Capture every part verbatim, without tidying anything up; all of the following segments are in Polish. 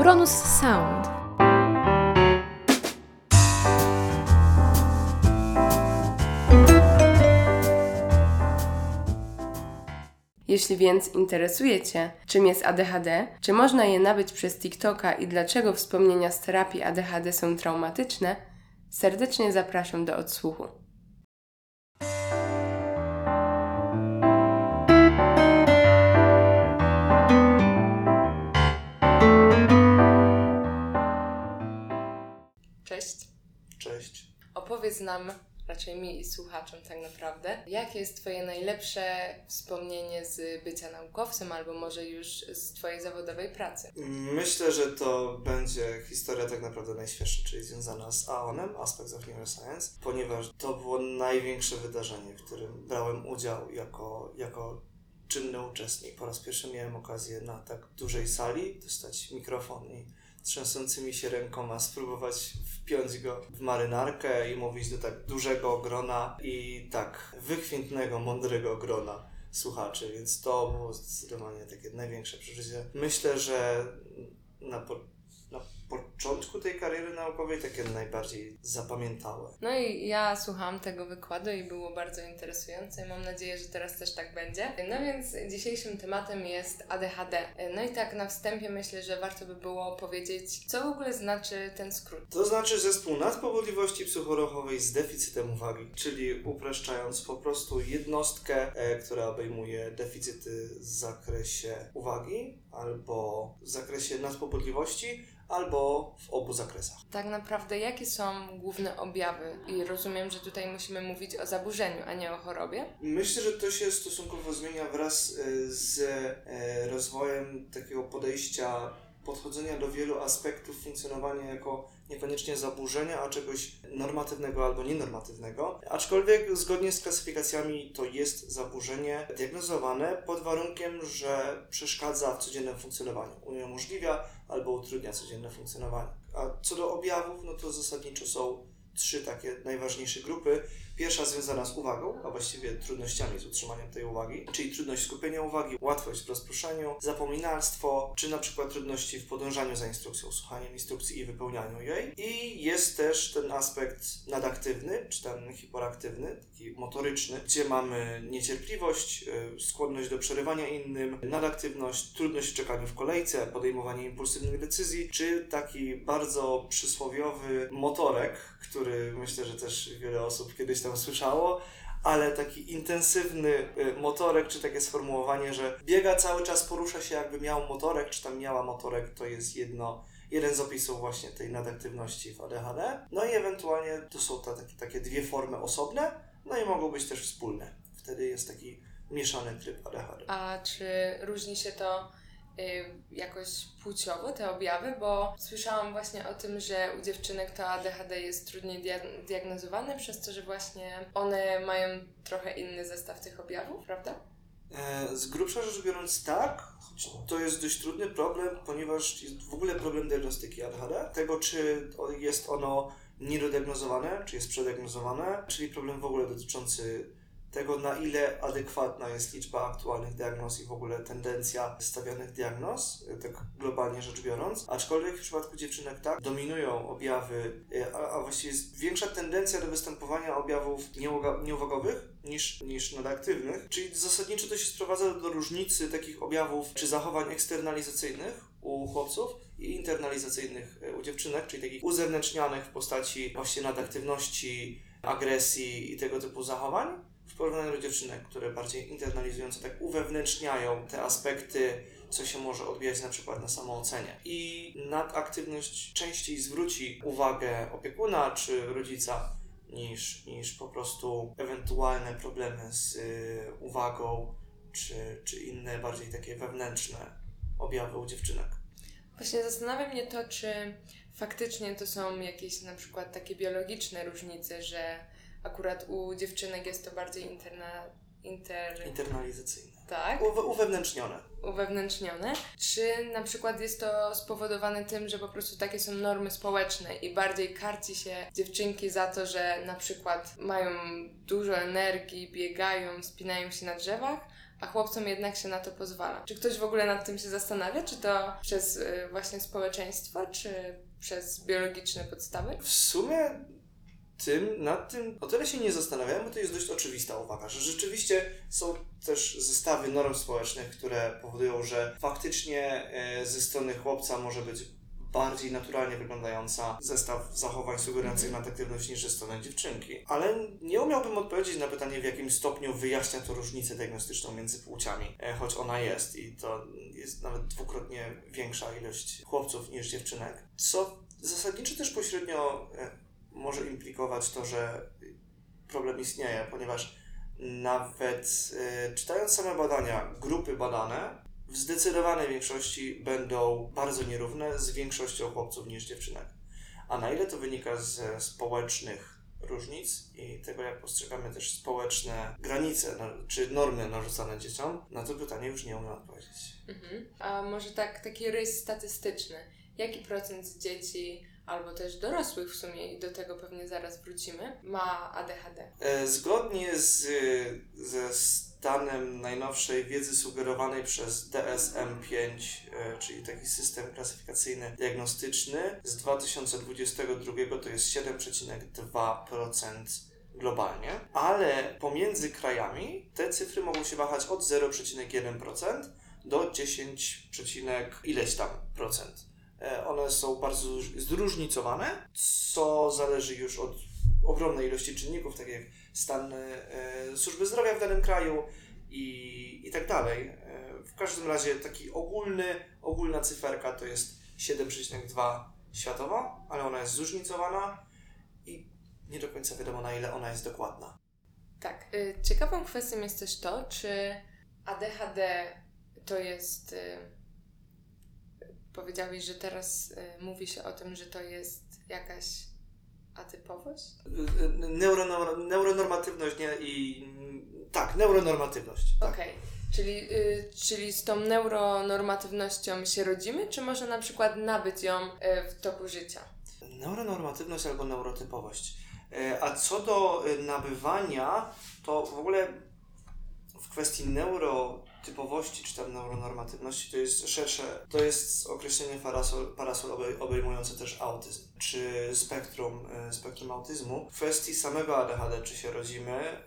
Uranus Sound. Jeśli więc interesuje Cię, czym jest A D H D, czy można je nabyć przez TikToka i dlaczego wspomnienia z terapii A D H D są traumatyczne, serdecznie zapraszam do odsłuchu. Cześć. Cześć. Opowiedz nam, raczej mi i słuchaczom tak naprawdę, jakie jest Twoje najlepsze wspomnienie z bycia naukowcem, albo może już z Twojej zawodowej pracy? Myślę, że to będzie historia tak naprawdę najświeższa, czyli związana z A O N-em, Aspects of Neuroscience, ponieważ to było największe wydarzenie, w którym brałem udział jako, jako czynny uczestnik. Po raz pierwszy miałem okazję na tak dużej sali dostać mikrofon i trzęsącymi się rękoma spróbować wpiąć go w marynarkę i mówić do tak dużego grona i tak wykwintnego, mądrego grona słuchaczy, więc to było zdecydowanie takie największe przeżycie. Myślę, że na, po, na początku tej kariery naukowej takie najbardziej zapamiętałe. No i ja słuchałam tego wykładu i było bardzo interesujące. Mam nadzieję, że teraz też tak będzie. No więc dzisiejszym tematem jest A D H D. No i tak na wstępie myślę, że warto by było powiedzieć, co w ogóle znaczy ten skrót. To znaczy zespół nadpobudliwości psychoruchowej z deficytem uwagi, czyli upraszczając po prostu jednostkę, e, która obejmuje deficyty w zakresie uwagi albo w zakresie nadpobudliwości, albo w obu zakresach. Tak naprawdę jakie są główne objawy? I rozumiem, że tutaj musimy mówić o zaburzeniu, a nie o chorobie? Myślę, że to się stosunkowo zmienia wraz z rozwojem takiego podejścia, podchodzenia do wielu aspektów funkcjonowania jako niekoniecznie zaburzenia, a czegoś normatywnego albo nienormatywnego. Aczkolwiek zgodnie z klasyfikacjami to jest zaburzenie diagnozowane pod warunkiem, że przeszkadza w codziennym funkcjonowaniu, uniemożliwia albo utrudnia codzienne funkcjonowanie. A co do objawów, no to zasadniczo są trzy takie najważniejsze grupy. Pierwsza związana z uwagą, a właściwie trudnościami z utrzymaniem tej uwagi, czyli trudność skupienia uwagi, łatwość w rozproszeniu, zapominalstwo, czy na przykład trudności w podążaniu za instrukcją, słuchaniem instrukcji i wypełnianiu jej. I jest też ten aspekt nadaktywny, czy ten hiporaktywny, taki motoryczny, gdzie mamy niecierpliwość, skłonność do przerywania innym, nadaktywność, trudność w czekaniu w kolejce, podejmowanie impulsywnych decyzji, czy taki bardzo przysłowiowy motorek, który myślę, że też wiele osób kiedyś tam słyszało, ale taki intensywny motorek, czy takie sformułowanie, że biega cały czas, porusza się jakby miał motorek, czy tam miała motorek, to jest jedno, jeden z opisów właśnie tej nadaktywności w A D H D. No i ewentualnie to są te, takie, takie dwie formy osobne, no i mogą być też wspólne. Wtedy jest taki mieszany tryb A D H D. A czy różni się to jakoś płciowo, te objawy, bo słyszałam właśnie o tym, że u dziewczynek to A D H D jest trudniej dia- diagnozowane przez to, że właśnie one mają trochę inny zestaw tych objawów, prawda? E, z grubsza rzecz biorąc tak, choć to jest dość trudny problem, ponieważ jest w ogóle problem diagnostyki A D H D, tego czy jest ono niedodiagnozowane, czy jest przediagnozowane, czyli problem w ogóle dotyczący tego, na ile adekwatna jest liczba aktualnych diagnoz i w ogóle tendencja stawianych diagnoz, tak globalnie rzecz biorąc. Aczkolwiek w przypadku dziewczynek tak, dominują objawy, a, a właściwie jest większa tendencja do występowania objawów nieuwaga, nieuwagowych niż, niż nadaktywnych. Czyli zasadniczo to się sprowadza do różnicy takich objawów czy zachowań eksternalizacyjnych u chłopców i internalizacyjnych u dziewczynek, czyli takich uzewnętrznianych w postaci właśnie nadaktywności, agresji i tego typu zachowań, w porównaniu do dziewczynek, które bardziej internalizująco tak uwewnętrzniają te aspekty, co się może odbijać na przykład na samoocenie. I nadaktywność częściej zwróci uwagę opiekuna czy rodzica niż, niż po prostu ewentualne problemy z y, uwagą czy, czy inne bardziej takie wewnętrzne objawy u dziewczynek. Właśnie zastanawia mnie to, czy faktycznie to są jakieś na przykład takie biologiczne różnice, że akurat u dziewczynek jest to bardziej interna... Inter... internalizacyjne. Tak. Uwe, uwewnętrznione. Uwewnętrznione. Czy na przykład jest to spowodowane tym, że po prostu takie są normy społeczne i bardziej karci się dziewczynki za to, że na przykład mają dużo energii, biegają, wspinają się na drzewach, a chłopcom jednak się na to pozwala. Czy ktoś w ogóle nad tym się zastanawia? Czy to przez y, właśnie społeczeństwo, czy przez biologiczne podstawy? W sumie tym, nad tym o tyle się nie zastanawiałem, bo to jest dość oczywista uwaga, że rzeczywiście są też zestawy norm społecznych, które powodują, że faktycznie e, ze strony chłopca może być bardziej naturalnie wyglądająca zestaw zachowań sugerujących Mhm. nadaktywność niż ze strony dziewczynki. Ale nie umiałbym odpowiedzieć na pytanie, w jakim stopniu wyjaśnia to różnicę diagnostyczną między płciami, e, choć ona jest i to jest nawet dwukrotnie większa ilość chłopców niż dziewczynek. Co zasadniczo też pośrednio e, może implikować to, że problem istnieje, ponieważ nawet e, czytając same badania, grupy badane w zdecydowanej większości będą bardzo nierówne z większością chłopców niż dziewczynek. A na ile to wynika ze społecznych różnic i tego, jak postrzegamy też społeczne granice no, czy normy narzucane dzieciom, na to pytanie już nie umiem odpowiedzieć. Mhm. A może tak, taki rys statystyczny. Jaki procent dzieci, albo też dorosłych w sumie, i do tego pewnie zaraz wrócimy, ma A D H D? E, zgodnie z, ze stanem najnowszej wiedzy sugerowanej przez D S M pięć, e, czyli taki system klasyfikacyjny diagnostyczny, z dwa tysiące dwudziestego drugiego to jest siedem przecinek dwa procent globalnie, ale pomiędzy krajami te cyfry mogą się wahać od zero przecinek jeden procent do dziesięć, ileś tam procent. One są bardzo zróżnicowane, co zależy już od ogromnej ilości czynników, takich jak stan e, służby zdrowia w danym kraju i, i tak dalej. E, w każdym razie taki ogólny, ogólna cyferka to jest siedem przecinek dwa światowa, ale ona jest zróżnicowana i nie do końca wiadomo, na ile ona jest dokładna. Tak. Y, ciekawą kwestią jest też to, czy A D H D to jest... Y, powiedziałeś, że teraz y, mówi się o tym, że to jest jakaś atypowość? Neuro, neuro, neuronormatywność nie, i tak, neuronormatywność. Tak. Okej, okay. czyli, y, czyli z tą neuronormatywnością się rodzimy, czy można na przykład nabyć ją y, w toku życia? Neuronormatywność albo neurotypowość. Y, a co do y, nabywania, to w ogóle w kwestii neurotypowości czy tam neuronormatywności to jest szersze, to jest określenie parasol, parasol obejmujące też autyzm, czy spektrum, spektrum autyzmu. W kwestii samego A D H D, czy się rodzimy,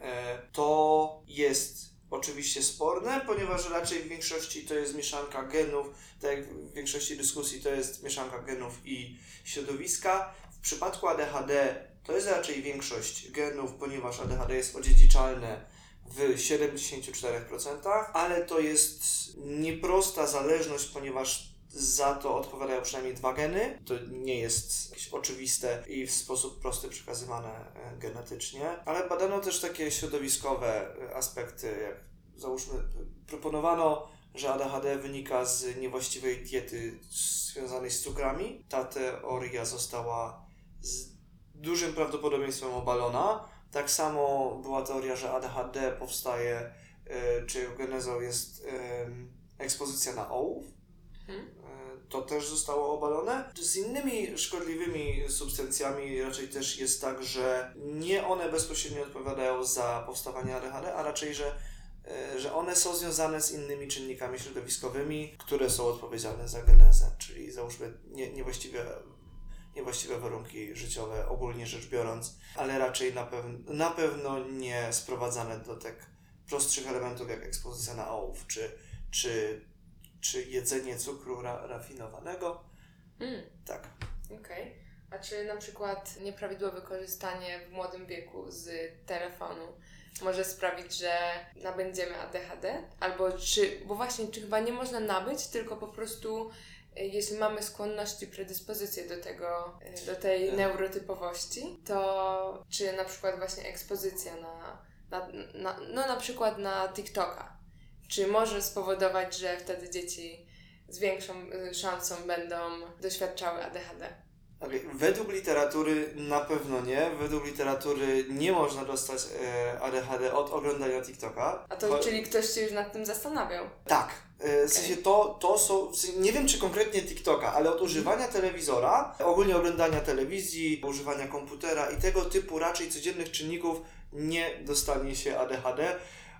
to jest oczywiście sporne, ponieważ raczej w większości to jest mieszanka genów, tak jak w większości dyskusji to jest mieszanka genów i środowiska. W przypadku A D H D to jest raczej większość genów, ponieważ A D H D jest odziedziczalne w siedemdziesiąt cztery procent, ale to jest nieprosta zależność, ponieważ za to odpowiadają przynajmniej dwa geny. To nie jest jakieś oczywiste i w sposób prosty przekazywane genetycznie, ale badano też takie środowiskowe aspekty, jak załóżmy proponowano, że A D H D wynika z niewłaściwej diety związanej z cukrami. Ta teoria została z dużym prawdopodobieństwem obalona. Tak samo była teoria, że A D H D powstaje, y, czy jego genezą jest y, ekspozycja na ołów. Hmm. Y, to też zostało obalone. Z innymi szkodliwymi substancjami raczej też jest tak, że nie one bezpośrednio odpowiadają za powstawanie A D H D, a raczej, że, y, że one są związane z innymi czynnikami środowiskowymi, które są odpowiedzialne za genezę, czyli załóżmy nie, niewłaściwe niewłaściwe warunki życiowe, ogólnie rzecz biorąc, ale raczej na, pew- na pewno nie sprowadzane do tak prostszych elementów jak ekspozycja na ołów, czy, czy, czy jedzenie cukru ra- rafinowanego. Mm. Tak. Okej. Okay. A czy na przykład nieprawidłowe korzystanie w młodym wieku z telefonu może sprawić, że nabędziemy A D H D? Albo czy, bo właśnie, czy chyba nie można nabyć, tylko po prostu jeśli mamy skłonności, predyspozycje do tego, do tej neurotypowości, to czy na przykład właśnie ekspozycja na, na, na no na przykład na TikToka, czy może spowodować, że wtedy dzieci z większą szansą będą doświadczały A D H D? Okay. Według literatury na pewno nie. Według literatury nie można dostać e, A D H D od oglądania TikToka. A to Cho- czyli ktoś się już nad tym zastanawiał? Tak. E, w sensie to, to są, w sensie nie wiem czy konkretnie TikToka, ale od używania telewizora, ogólnie oglądania telewizji, używania komputera i tego typu raczej codziennych czynników nie dostanie się A D H D.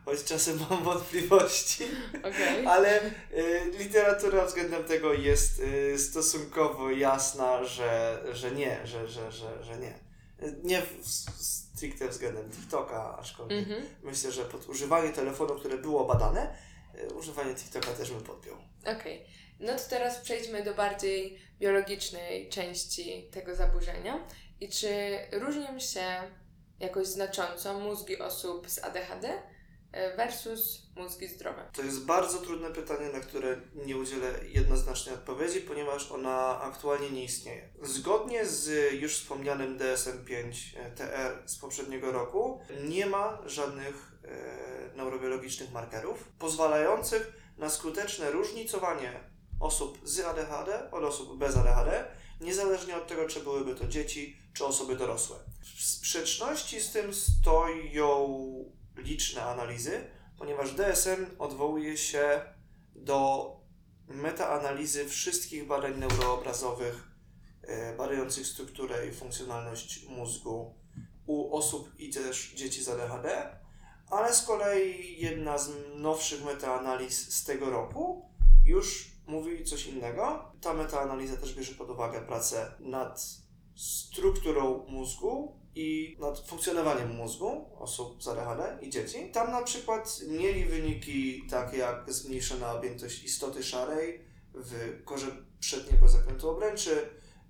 choć czasem mam wątpliwości, Okay. ale y, literatura względem tego jest y, stosunkowo jasna, że, że nie, że, że, że, że nie. Nie w, stricte względem TikToka, aczkolwiek Mhm. myślę, że pod używanie telefonu, które było badane, y, używanie TikToka też bym podpiął. Okej. Okay. No to teraz przejdźmy do bardziej biologicznej części tego zaburzenia. I czy różnią się jakoś znacząco mózgi osób z A D H D versus mózgi zdrowe? To jest bardzo trudne pytanie, na które nie udzielę jednoznacznej odpowiedzi, ponieważ ona aktualnie nie istnieje. Zgodnie z już wspomnianym D S M pięć T R z poprzedniego roku nie ma żadnych e, neurobiologicznych markerów pozwalających na skuteczne różnicowanie osób z A D H D od osób bez A D H D, niezależnie od tego, czy byłyby to dzieci, czy osoby dorosłe. W sprzeczności z tym stoją liczne analizy, ponieważ D S M odwołuje się do metaanalizy wszystkich badań neuroobrazowych e, badających strukturę i funkcjonalność mózgu u osób i też dzieci z A D H D, ale z kolei jedna z nowszych metaanaliz z tego roku już mówi coś innego. Ta metaanaliza też bierze pod uwagę pracę nad strukturą mózgu i nad funkcjonowaniem mózgu osób z A D H D i dzieci. Tam na przykład mieli wyniki takie jak zmniejszona objętość istoty szarej w korze przedniego zakrętu obręczy,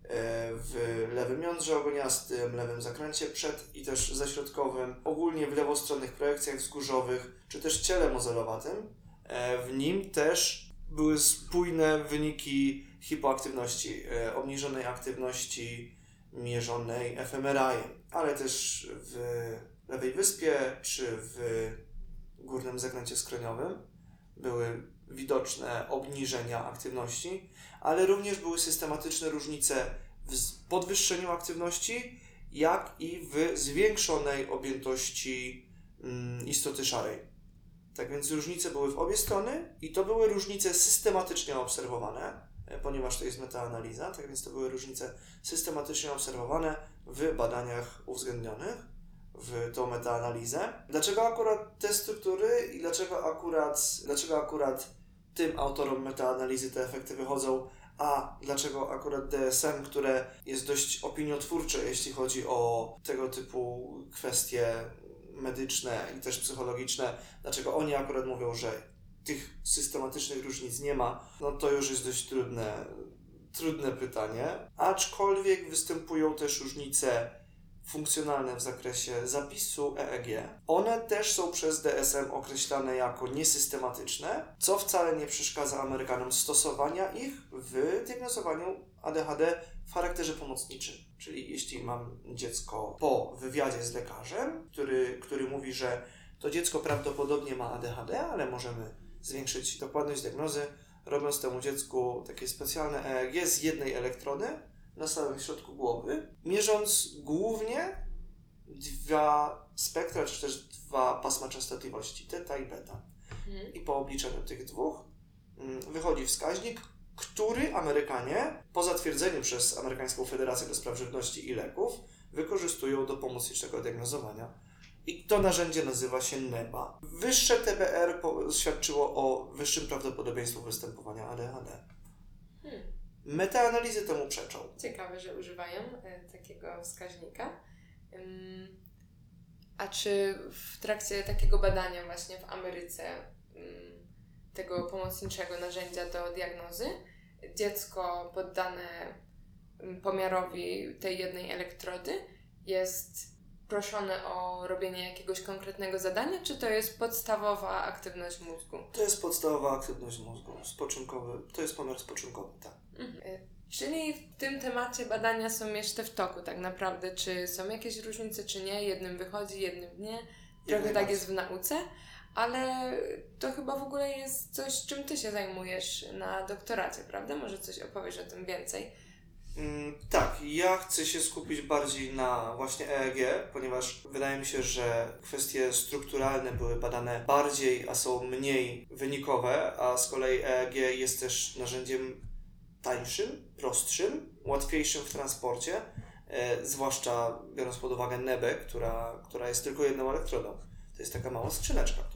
w lewym jądrze ogoniastym, lewym zakręcie przed i też zaśrodkowym, ogólnie w lewostronnych projekcjach wzgórzowych, czy też ciele mozelowatym. W nim też były spójne wyniki hipoaktywności, obniżonej aktywności mierzonej F M R I-em, ale też w lewej wyspie czy w górnym zakręcie skroniowym były widoczne obniżenia aktywności, ale również były systematyczne różnice w podwyższeniu aktywności, jak i w zwiększonej objętości mm, istoty szarej. Tak więc różnice były w obie strony i to były różnice systematycznie obserwowane, ponieważ to jest metaanaliza, tak więc to były różnice systematycznie obserwowane w badaniach uwzględnionych w tą metaanalizę. Dlaczego akurat te struktury i dlaczego akurat, dlaczego akurat tym autorom metaanalizy te efekty wychodzą, a dlaczego akurat D S M, które jest dość opiniotwórcze, jeśli chodzi o tego typu kwestie medyczne i też psychologiczne, dlaczego oni akurat mówią, że tych systematycznych różnic nie ma, no to już jest dość trudne, trudne pytanie. Aczkolwiek występują też różnice funkcjonalne w zakresie zapisu E E G. One też są przez D S M określane jako niesystematyczne, co wcale nie przeszkadza Amerykanom stosowania ich w diagnozowaniu A D H D w charakterze pomocniczym. Czyli jeśli mam dziecko po wywiadzie z lekarzem, który, który mówi, że to dziecko prawdopodobnie ma A D H D, ale możemy zwiększyć dokładność diagnozy, robiąc temu dziecku takie specjalne E E G z jednej elektrody na samym środku głowy, mierząc głównie dwa spektra, czy też dwa pasma częstotliwości, teta i beta. Mhm. I po obliczeniu tych dwóch wychodzi wskaźnik, który Amerykanie, po zatwierdzeniu przez Amerykańską Federację do Spraw Żywności i Leków, wykorzystują do pomocniczego diagnozowania. I to narzędzie nazywa się NEBA. Wyższe T B R świadczyło o wyższym prawdopodobieństwie występowania A D H D. Hmm. Metaanalizy temu przeczą. Ciekawe, że używają e, takiego wskaźnika. Um, a czy w trakcie takiego badania właśnie w Ameryce um, tego pomocniczego narzędzia do diagnozy dziecko poddane um, pomiarowi tej jednej elektrody jest proszone o robienie jakiegoś konkretnego zadania, czy to jest podstawowa aktywność mózgu? To jest podstawowa aktywność mózgu, spoczynkowy, to jest pomiar spoczynkowy, tak. Mhm. Czyli w tym temacie badania są jeszcze w toku tak naprawdę, czy są jakieś różnice, czy nie, jednym wychodzi, jednym nie, trochę tak jest w nauce, ale to chyba w ogóle jest coś, czym Ty się zajmujesz na doktoracie, prawda? Może coś opowiesz o tym więcej? Mm, tak, ja chcę się skupić bardziej na właśnie E E G, ponieważ wydaje mi się, że kwestie strukturalne były badane bardziej, a są mniej wynikowe, a z kolei E E G jest też narzędziem tańszym, prostszym, łatwiejszym w transporcie, e, zwłaszcza biorąc pod uwagę nebę, która, która jest tylko jedną elektrodą. To jest taka mała skrzyneczka, którą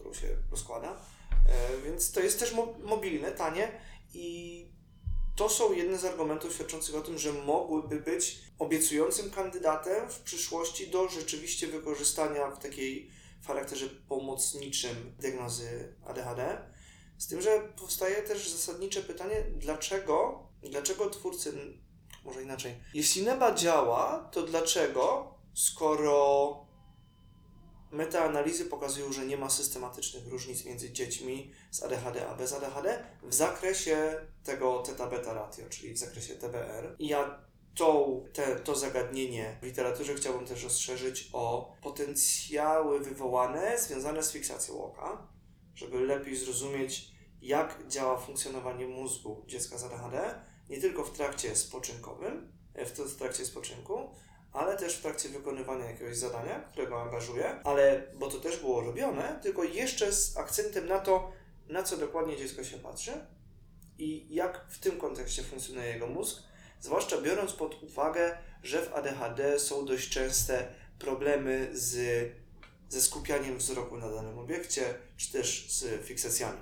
którą się rozkłada. Więc to jest też mobilne, tanie i to są jedne z argumentów świadczących o tym, że mogłyby być obiecującym kandydatem w przyszłości do rzeczywiście wykorzystania w takiej w charakterze pomocniczym diagnozy A D H D. Z tym, że powstaje też zasadnicze pytanie, dlaczego, dlaczego twórcy, może inaczej, jeśli N E B A działa, to dlaczego, skoro metaanalizy pokazują, że nie ma systematycznych różnic między dziećmi z A D H D a bez A D H D w zakresie tego theta-beta ratio, czyli w zakresie T B R. I ja to, te, to zagadnienie w literaturze chciałbym też rozszerzyć o potencjały wywołane związane z fiksacją oka, żeby lepiej zrozumieć, jak działa funkcjonowanie mózgu dziecka z A D H D, nie tylko w trakcie spoczynkowym, w trakcie spoczynku, ale też w trakcie wykonywania jakiegoś zadania, którego angażuje, ale, bo to też było robione, tylko jeszcze z akcentem na to, na co dokładnie dziecko się patrzy i jak w tym kontekście funkcjonuje jego mózg, zwłaszcza biorąc pod uwagę, że w A D H D są dość częste problemy z, ze skupianiem wzroku na danym obiekcie, czy też z fiksacjami.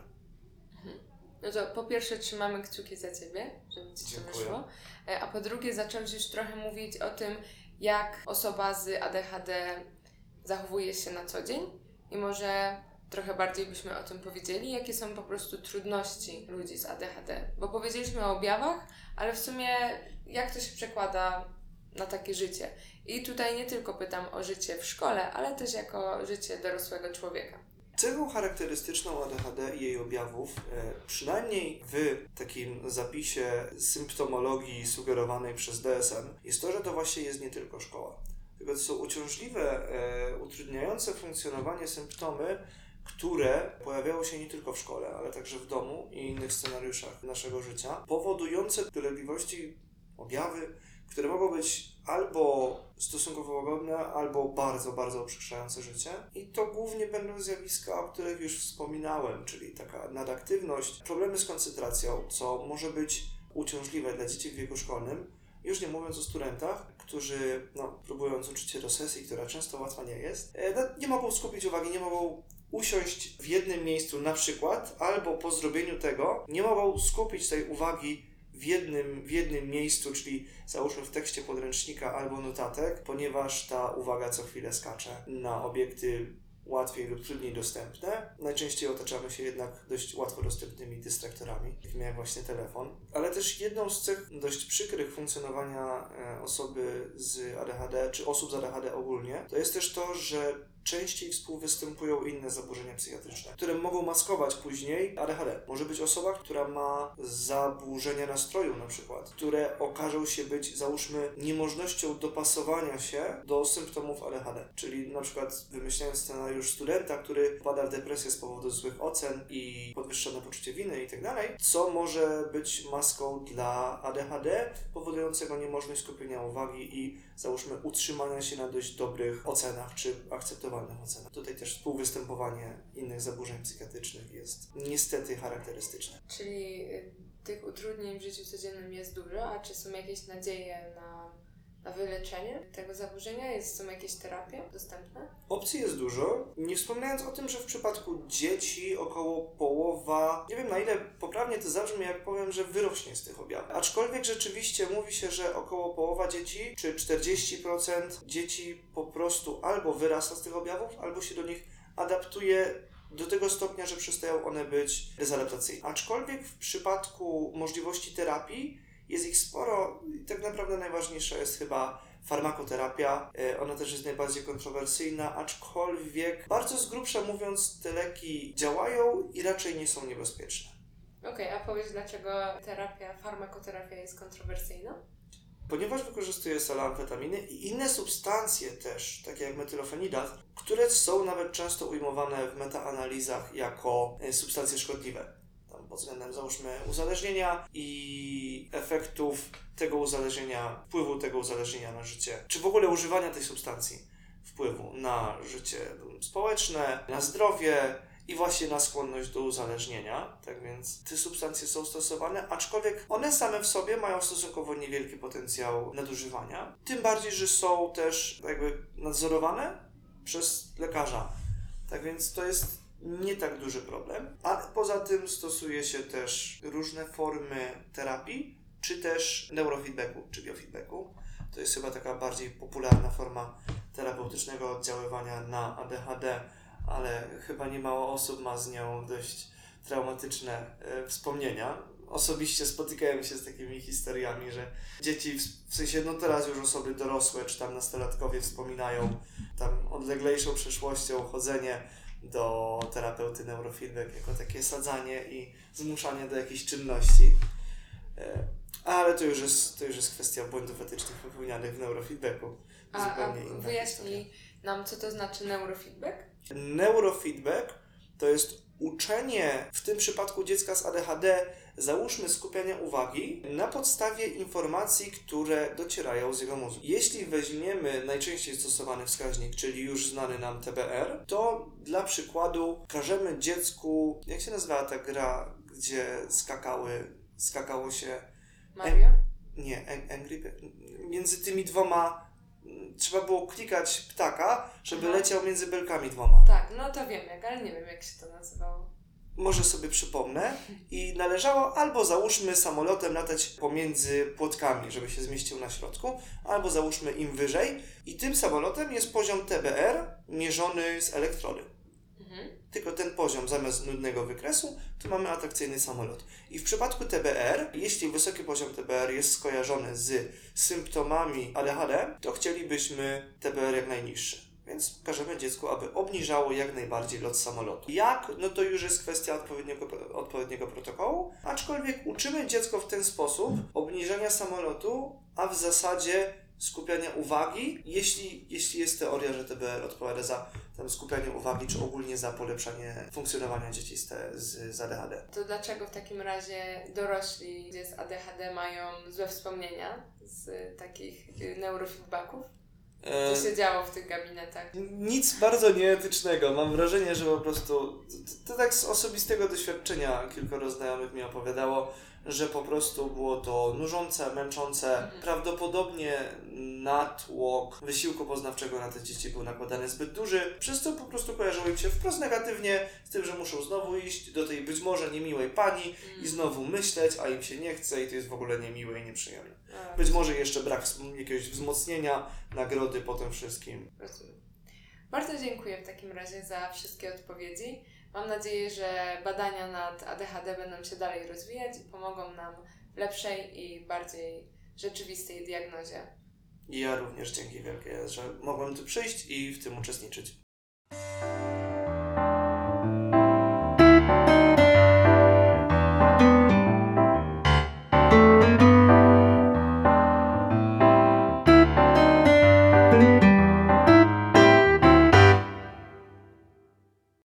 No to po pierwsze trzymamy kciuki za Ciebie, żeby Ci to wyszło, a po drugie zacząłeś już trochę mówić o tym, jak osoba z A D H D zachowuje się na co dzień i może trochę bardziej byśmy o tym powiedzieli, jakie są po prostu trudności ludzi z A D H D. Bo powiedzieliśmy o objawach, ale w sumie jak to się przekłada na takie życie. I tutaj nie tylko pytam o życie w szkole, ale też jako życie dorosłego człowieka. Cechą charakterystyczną A D H D i jej objawów, przynajmniej w takim zapisie symptomologii sugerowanej przez D S M, jest to, że to właśnie jest nie tylko szkoła. Tylko to są uciążliwe, utrudniające funkcjonowanie symptomy, które pojawiają się nie tylko w szkole, ale także w domu i innych scenariuszach naszego życia, powodujące dolegliwości, objawy, które mogą być albo stosunkowo łagodne, albo bardzo, bardzo uprzykrzające życie. I to głównie będą zjawiska, o których już wspominałem, czyli taka nadaktywność, problemy z koncentracją, co może być uciążliwe dla dzieci w wieku szkolnym, już nie mówiąc o studentach, którzy, no, próbując uczyć się do sesji, która często łatwa nie jest, no, nie mogą skupić uwagi, nie mogą usiąść w jednym miejscu na przykład, albo po zrobieniu tego nie mogą skupić tej uwagi w jednym, w jednym miejscu, czyli załóżmy w tekście podręcznika albo notatek, ponieważ ta uwaga co chwilę skacze na obiekty łatwiej lub trudniej dostępne. Najczęściej otaczamy się jednak dość łatwo dostępnymi dystraktorami, takimi jak właśnie telefon. Ale też jedną z cech dość przykrych funkcjonowania osoby z A D H D, czy osób z A D H D ogólnie, to jest też to, że częściej współwystępują inne zaburzenia psychiatryczne, które mogą maskować później A D H D. Może być osoba, która ma zaburzenia nastroju na przykład, które okażą się być, załóżmy, niemożnością dopasowania się do symptomów A D H D. Czyli na przykład wymyślając scenariusz studenta, który wpada w depresję z powodu złych ocen i podwyższone poczucie winy itd., co może być maską dla A D H D, powodującego niemożność skupienia uwagi i, załóżmy, utrzymania się na dość dobrych ocenach czy akceptowania ocenach. Tutaj też współwystępowanie innych zaburzeń psychiatrycznych jest niestety charakterystyczne. Czyli tych utrudnień w życiu codziennym jest dużo, a czy są jakieś nadzieje na, na wyleczenie tego zaburzenia? Jest, są jakieś terapie dostępne? Opcji jest dużo. Nie wspominając o tym, że w przypadku dzieci około połowa, nie wiem na ile poprawnie to zabrzmi, jak powiem, że wyrośnie z tych objawów. Aczkolwiek rzeczywiście mówi się, że około połowa dzieci, czy czterdzieści procent dzieci po prostu albo wyrasta z tych objawów, albo się do nich adaptuje do tego stopnia, że przestają one być dezadaptacyjne. Aczkolwiek w przypadku możliwości terapii jest ich sporo i tak naprawdę najważniejsza jest chyba farmakoterapia. Ona też jest najbardziej kontrowersyjna, aczkolwiek bardzo z grubsza mówiąc te leki działają i raczej nie są niebezpieczne. Okej, okay, a powiedz dlaczego terapia, farmakoterapia jest kontrowersyjna? Ponieważ wykorzystuje salamfetaminy i inne substancje też, takie jak metylofenidat, które są nawet często ujmowane w metaanalizach jako substancje szkodliwe. Tam pod względem, załóżmy, uzależnienia i efektów tego uzależnienia, wpływu tego uzależnienia na życie, czy w ogóle używania tej substancji, wpływu na życie społeczne, na zdrowie i właśnie na skłonność do uzależnienia. Tak więc te substancje są stosowane, aczkolwiek one same w sobie mają stosunkowo niewielki potencjał nadużywania. Tym bardziej, że są też jakby nadzorowane przez lekarza. Tak więc to jest nie tak duży problem, ale poza tym stosuje się też różne formy terapii, czy też neurofeedbacku, czy biofeedbacku. To jest chyba taka bardziej popularna forma terapeutycznego oddziaływania na A D H D, ale chyba niemało osób ma z nią dość traumatyczne e, wspomnienia. Osobiście spotykałem się z takimi historiami, że dzieci, w, w sensie no teraz już osoby dorosłe, czy tam nastolatkowie wspominają tam odleglejszą przeszłością chodzenie do terapeuty neurofeedback jako takie sadzanie i zmuszanie do jakiejś czynności. E, ale to już jest, to już jest kwestia błędów etycznych popełnianych w neurofeedbacku. A, a wyjaśnij nam, co to znaczy neurofeedback? Neurofeedback to jest uczenie, w tym przypadku dziecka z A D H D, załóżmy skupiania uwagi na podstawie informacji, które docierają z jego mózgu. Jeśli weźmiemy najczęściej stosowany wskaźnik, czyli już znany nam T B R, to dla przykładu każemy dziecku, jak się nazywała ta gra, gdzie skakały, skakało się... Mario? Nie, Angry... Między tymi dwoma trzeba było klikać ptaka, żeby Aha. leciał między belkami dwoma. Tak, no to wiem jak, ale nie wiem jak się to nazywało. Może sobie przypomnę. I należało albo załóżmy samolotem latać pomiędzy płotkami, żeby się zmieścił na środku, albo załóżmy im wyżej. I tym samolotem jest poziom T B R mierzony z elektrody. Mhm. Tylko ten poziom zamiast nudnego wykresu, to mamy atrakcyjny samolot. I w przypadku T B R, jeśli wysoki poziom T B R jest skojarzony z symptomami A D H D, to chcielibyśmy T B R jak najniższy. Więc każemy dziecku, aby obniżało jak najbardziej lot samolotu. Jak? No to już jest kwestia odpowiedniego, odpowiedniego protokołu, aczkolwiek uczymy dziecko w ten sposób obniżenia samolotu, a w zasadzie skupiania uwagi, jeśli, jeśli jest teoria, że T B R odpowiada za tam skupianie uwagi, czy ogólnie za polepszanie funkcjonowania dzieci z, te, z, z A D H D. To dlaczego w takim razie dorośli z A D H D mają złe wspomnienia z takich neurofeedbacków? Co się działo w tych gabinetach? Nic bardzo nieetycznego. Mam wrażenie, że po prostu to, to tak z osobistego doświadczenia kilkoro znajomych mi opowiadało, że po prostu było to nużące, męczące. Mhm. Prawdopodobnie natłok wysiłku poznawczego na te dzieci był nakładany zbyt duży, przez co po prostu kojarzyło im się wprost negatywnie z tym, że muszą znowu iść do tej być może niemiłej pani mhm. i znowu myśleć, a im się nie chce i to jest w ogóle niemiłe i nieprzyjemne. A, być może jeszcze brak jakiegoś wzmocnienia, nagrody po tym wszystkim. Rozumiem. Bardzo dziękuję w takim razie za wszystkie odpowiedzi. Mam nadzieję, że badania nad A D H D będą się dalej rozwijać i pomogą nam w lepszej i bardziej rzeczywistej diagnozie. I ja również dzięki wielkie, że mogłem tu przyjść i w tym uczestniczyć.